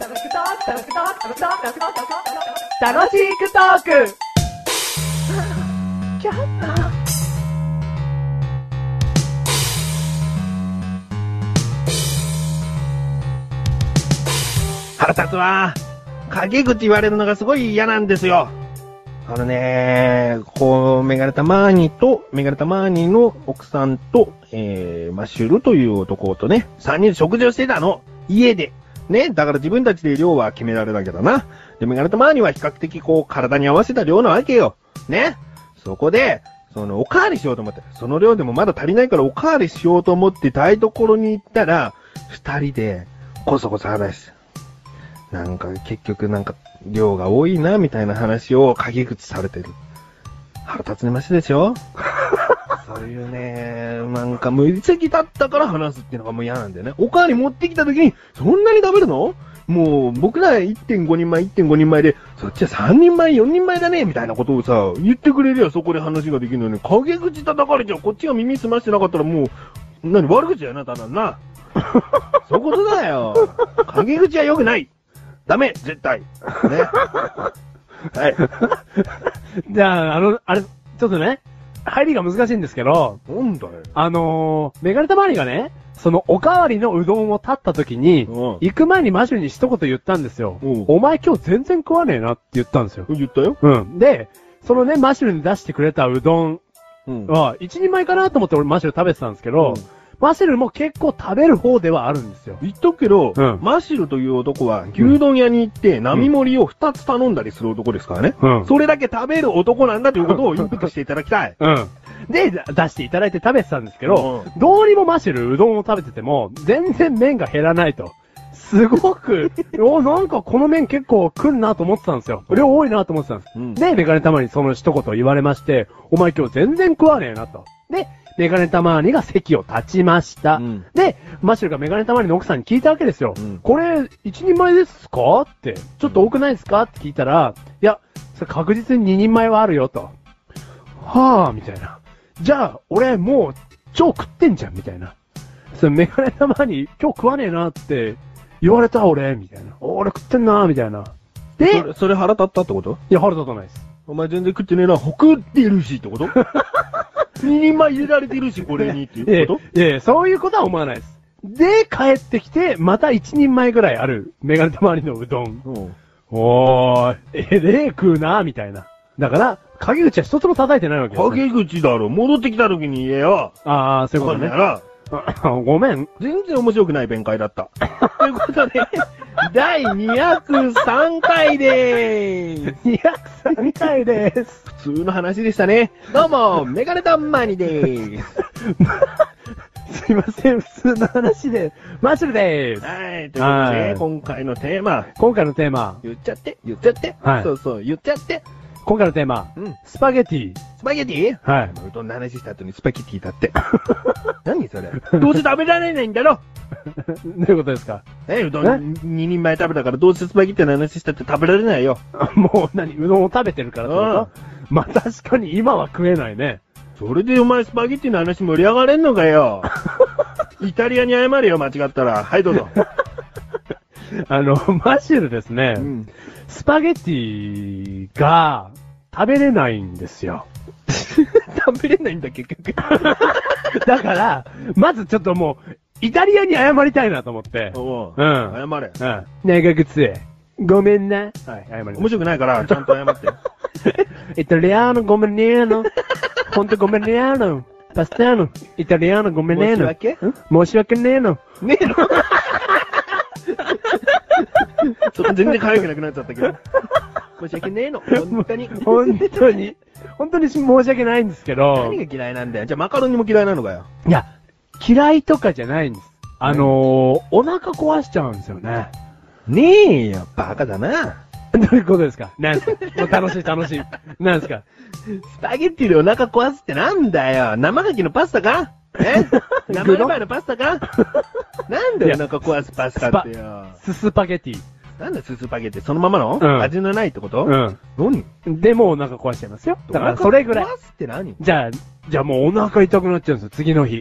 楽しくトーク。 腹立つわ。陰口言われるのがすごい嫌なんですよ。メガネタマーニの奥さんと、マッシュルという男とね、3人で食事をしてたの。家で。ね、だから自分たちで量は決められるわけだな。で、メガネタマーニは比較的体に合わせた量なわけよ。ね。そこで、おかわりしようと思って。その量でもまだ足りないからおかわりしようと思って台所に行ったら、2人で、こそこそ話して。結局量が多いな、みたいな話を陰口されてる。腹立つねましでしょそういうね、無責だったから話すっていうのがもう嫌なんだよね。おかわり持ってきた時に、そんなに食べるの？もう、僕ら 1.5 人前で、そっちは3人前、4人前だね、みたいなことをさ、言ってくれるよ、そこで話ができるのに、陰口叩かれちゃう。こっちが耳澄ましてなかったらもう、悪口やな、ただな。そういうことだよ。陰口は良くない。ダメ絶対ね。はい。 じゃあ、あれ、ちょっとね、入りが難しいんですけど、 なんだよ。 メガネタマーニがね、おかわりのうどんを立った時に、行く前にマシュルに一言言ったんですよ。お前今日全然食わねえなって言ったんですよ。 言ったよ。 うん。で、マシュルに出してくれたうどんは、一人前かなと思って俺マシュル食べてたんですけど、マシュルも結構食べる方ではあるんですよ。 言っとくけど、マシュルという男は牛丼屋に行って並盛りを2つ頼んだりする男ですからね。それだけ食べる男なんだということをインプットしていただきたい。で、出していただいて食べてたんですけど、どうにもマシュルうどんを食べてても、全然麺が減らないと。すごく、この麺結構来るなと思ってたんですよ。量多いなと思ってたんです。で、メガネたまにその一言言われまして、お前今日全然食わねえなと。で、メガネたまにが席を立ちました。で、マシュルがメガネたまにの奥さんに聞いたわけですよ。これ、一人前ですかって。ちょっと多くないですかって聞いたら、いや、それ確実に二人前はあるよと。はぁ、みたいな。じゃあ、俺もう、超食ってんじゃん、みたいな。メガネたまに今日食わねえなって言われた俺、みたいな。俺食ってんな、みたいな。で、 それ腹立ったってこと？ いや、腹立たないです。 お前全然食ってねえな、食ってるしってこと？二人前入れられてるし、これにっていうこと？いや、そういうことは思わないです。で、帰ってきて、また一人前ぐらいある、メガネたまりのうどん。おー、食うな、みたいな。だから、陰口は一つも叩いてないわけです、 ね。陰口だろ、戻ってきた時に言えよ。 ああ、そういうことね。ごめん。 全然面白くない弁解だった。ということで、第203回でーす。 203回でーす。 普通の話でしたね。どうも、メガネタマニでーす。すいません、普通の話で、マッシュルでーす。 はい、ということで、今回のテーマ。言っちゃって。はい。そう、言っちゃって。 今回のテーマ。スパゲティ。 スパゲティ？ はい。 うどんの話した後にスパゲティだって。何それ？どうせ食べられないんだろ。 どういうことですか？ うどん2人前食べたからどうせスパゲティの話したって食べられないよ。 もううどんを食べてるからってこと？まあ、確かに今は食えないね。 それでお前スパゲティの話盛り上がれんのかよ。イタリアに謝れよ、間違ったら。はい、どうぞ。 マシュルですね。スパゲティが食べれないんですよ。 食べれないんだ、結局。 だから、まずちょっともう、イタリアに謝りたいなと思って。 謝れ。 長靴。ごめんな。はい、 謝り。面白くないから、ちゃんと謝って。 イタリアのごめんねーの。ほんとごめんねーの。パスターノ。イタリアのごめんねーの。申し訳ねーの。 ねえのちょっと全然可愛くなくなっちゃったけど。申し訳ねえの。本当に申し訳ないんですけど。 何が嫌いなんだよ。じゃあマカロニも嫌いなのかよ。 いや、嫌いとかじゃないんです。お腹壊しちゃうんですよね。 ねえよ、バカだな。 どういうことですか？なんすか？もう楽しい。なんすか？ スパゲッティでお腹壊すってなんだよ。生牡蠣のパスタか？生レバーのパスタか？なんだよ、お腹壊すパスタってよ。 スパゲティ。 なんだスパゲティそのままの、味のないってこと？何でもうお腹壊しちゃいますよ。だからそれぐらい。 壊すって何？ じゃあもうお腹痛くなっちゃうんですよ、次の日。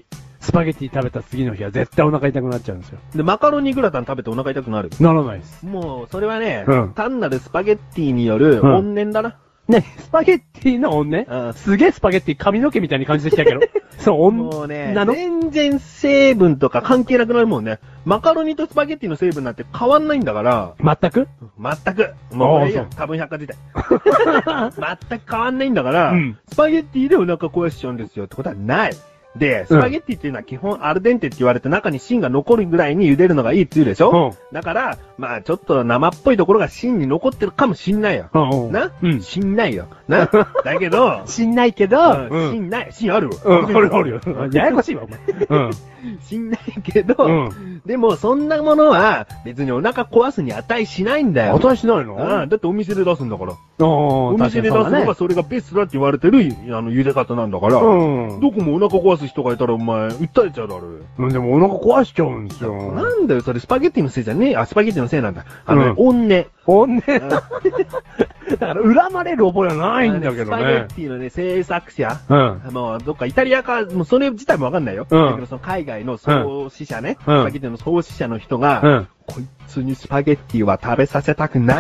スパゲティ食べた次の日は絶対お腹痛くなっちゃうんですよ。 で、マカロニグラタン食べてお腹痛くなる。 ならないです。 もう、それはね、 うん単なるスパゲッティによるうん怨念だな。 ね、スパゲッティの女うんすげえスパゲッティ髪の毛みたいに感じてきたけど。そう、 もうね、 なの全然成分とか関係なくなるもんね。マカロニとスパゲッティの成分なんて変わんないんだから、 全く全く。もういいよああ、 多分百科事態。全く変わんないんだから、 うんスパゲッティでお腹壊しちゃうんですよってことはない。で、スパゲッティっていうのは基本アルデンテって言われて中に芯が残るぐらいに茹でるのがいいって言うでしょ、だから、まあちょっと生っぽいところが芯に残ってるかもしんないよ。 うん。 な、 うん。 しんないよ。なだけど、 しんないけど、 うん、しんない。芯あるわ。 うん、あるよ。ややこしいわ、お前。 しんないけど、 うんでもそんなものは別にお腹壊すに値しないんだよ。 値しないのだってお店で出すんだから。 おお店で出すのがそれがベストだって言われてる、茹で方なんだから。 うん。 どこもお腹壊す人がいたらお前、訴えちゃうだろ。 でもお腹壊しちゃうんですよ。 なんだよ、それスパゲッティのせいじゃねえ。あ、スパゲッティのせいなんだ。怨念。 だから恨まれる覚えはないんだけどスパゲッね。 ティのね、制作者。 うん。 もう、どっかイタリアか、もうそれ自体もわかんないよ。だけどその海外の創始者ね、スパゲッティの創始者の人が、こいつにスパゲッティは食べさせたくない。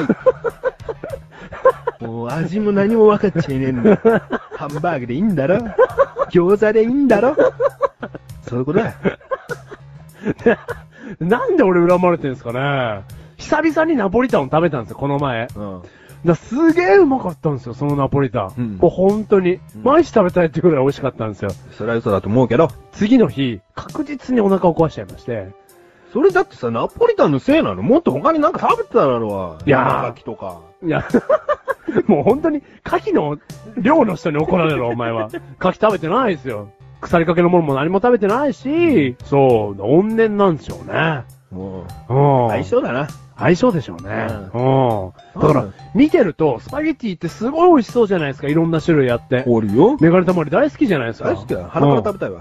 もう味も何も分かっちゃいねえんだ。ハンバーグでいいんだろ餃子でいいんだろそういうことだよ。 なんで俺恨まれてんすかね。久々にナポリタンを食べたんですよ、この前。すげえうまかったんですよ、そのナポリタン。もう本当に。毎日食べたいってぐらい美味しかったんですよ。 それは嘘だと思うけど。 次の日、確実にお腹を壊しちゃいまして。 それだってさ、ナポリタンのせいなの？もっと他になんか食べてただろうわ。 いやー生牡蠣とか。 いや、もう本当に、牡蠣の量の人に怒られる、お前は。牡蠣食べてないですよ。腐りかけのものも何も食べてないし、そう、怨念なんでしょうね。 もうん。 相性だな。 相性でしょうね。 うん。 だから、見てると、スパゲティってすごい美味しそうじゃないですか。いろんな種類あって。 おるよ。 メガネたまり大好きじゃないですか。 大好きだ。鼻から食べたいわ。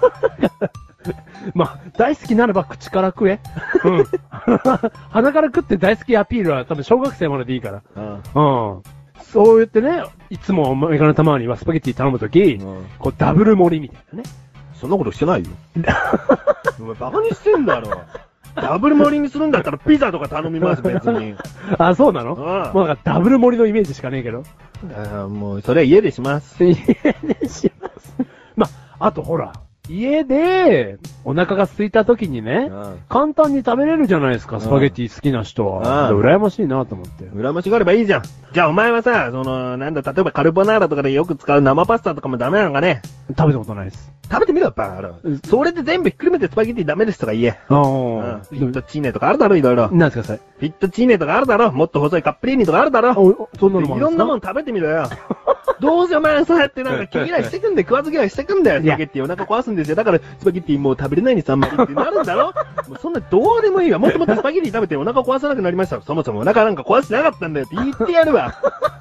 まあ、大好きならば口から食え。うん。鼻から食って大好きアピールは多分小学生まででいいから。うん。そう言ってね、いつもメガネたまにはスパゲティ頼むとき、こうダブル盛りみたいなね。 そんなことしてないよ。お前バカにしてんだろ。ダブル盛りにするんだったらピザとか頼みます、別に。 あ、そうなの？ もうなんかダブル盛りのイメージしかねえけど。 もう、それは家でします。 家でします。まあとほら、家で、お腹が空いた時にね、簡単に食べれるじゃないですか、スパゲティ好きな人は。羨ましいなと思って。 羨ましがればいいじゃん。じゃあお前はさ、なんだ、例えばカルボナーラとかでよく使う生パスタとかもダメなのかね？ 食べたことないです。 食べてみろ、バカ。それで全部ひっくるめてスパゲティダメですとか言え。フィットチーネとかあるだろ、いろいろ。 なんですか、それ。 フィットチーネとかあるだろ。もっと細いカップリーニとかあるだろ。 そんなのもあるんですか？ いろんなもん食べてみろよ。どうせお前そうやってなんか毛嫌いしてくんで、食わず嫌いしてくんだよ。スパゲッティお腹壊すんですよ。だからスパゲッティもう食べれないにさんまりってなるんだろ。もうそんなどうでもいいわ。もっともっとスパゲッティ食べてお腹壊さなくなりました。そもそもお腹なんか壊してなかったんだよって言ってやるわ。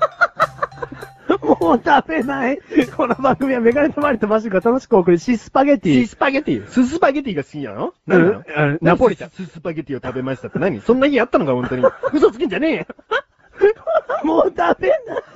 もう食べない。この番組はメガネとマリとマシュが楽しく送るシスパゲティ。 シスパゲティ。ススパゲティが好きなの？何なの？ ナポリタン。 ススパゲティを食べましたって何？そんな日あったのか本当に。嘘つくんじゃねえよ。 もう食べない。